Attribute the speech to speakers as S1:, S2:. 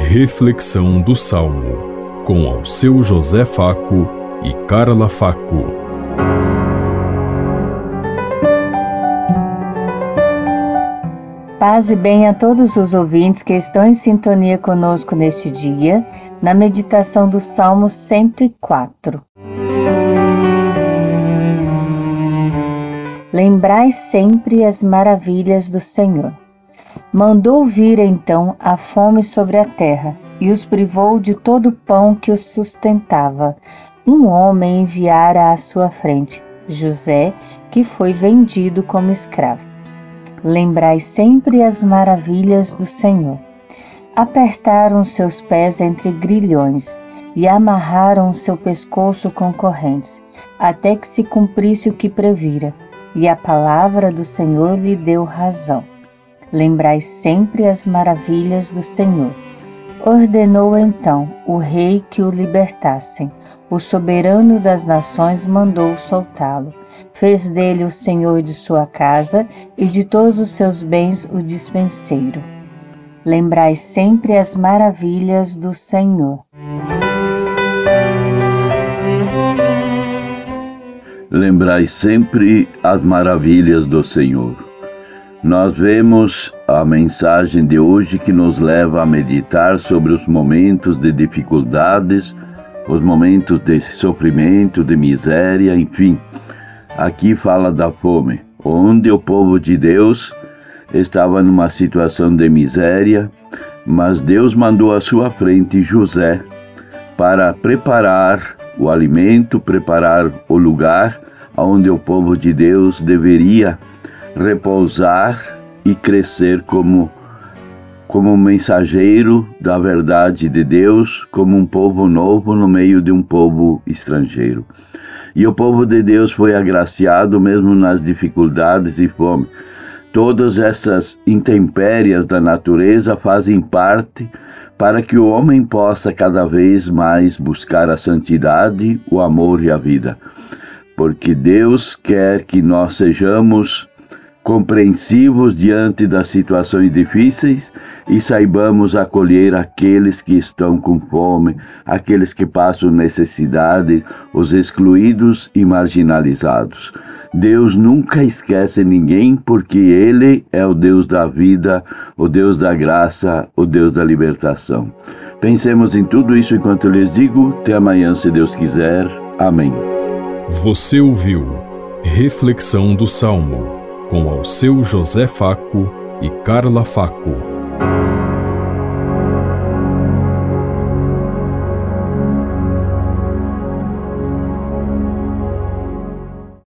S1: Reflexão do Salmo, com Alceu José Faco e Carla Faco.
S2: Paz e bem a todos os ouvintes que estão em sintonia conosco neste dia, na meditação do Salmo 104. Lembrai sempre as maravilhas do Senhor. Mandou vir então a fome sobre a terra, e os privou de todo o pão que os sustentava. Um homem enviara à sua frente, José, que foi vendido como escravo. Lembrai sempre as maravilhas do Senhor. Apertaram seus pés entre grilhões e amarraram seu pescoço com correntes, até que se cumprisse o que previra, e a palavra do Senhor lhe deu razão. Lembrai sempre as maravilhas do Senhor. Ordenou então o rei que o libertassem. O soberano das nações mandou soltá-lo. Fez dele o senhor de sua casa e de todos os seus bens o despenseiro. Lembrai sempre as maravilhas do Senhor.
S3: Lembrai sempre as maravilhas do Senhor. Nós vemos a mensagem de hoje que nos leva a meditar sobre os momentos de dificuldades, os momentos de sofrimento, de miséria, enfim. Aqui fala da fome, onde o povo de Deus estava numa situação de miséria, mas Deus mandou à sua frente José para preparar o alimento, preparar o lugar onde o povo de Deus deveria repousar e crescer como mensageiro da verdade de Deus, como um povo novo no meio de um povo estrangeiro. E o povo de Deus foi agraciado mesmo nas dificuldades e fome. Todas essas intempéries da natureza fazem parte para que o homem possa cada vez mais buscar a santidade, o amor e a vida. Porque Deus quer que nós sejamos compreensivos diante das situações difíceis e saibamos acolher aqueles que estão com fome, aqueles que passam necessidade, os excluídos e marginalizados. Deus nunca esquece ninguém, porque Ele é o Deus da vida, o Deus da graça, o Deus da libertação. Pensemos em tudo isso enquanto eu lhes digo. Até amanhã, se Deus quiser. Amém.
S1: Você ouviu Reflexão do Salmo, com Alceu José Faco e Carla Faco.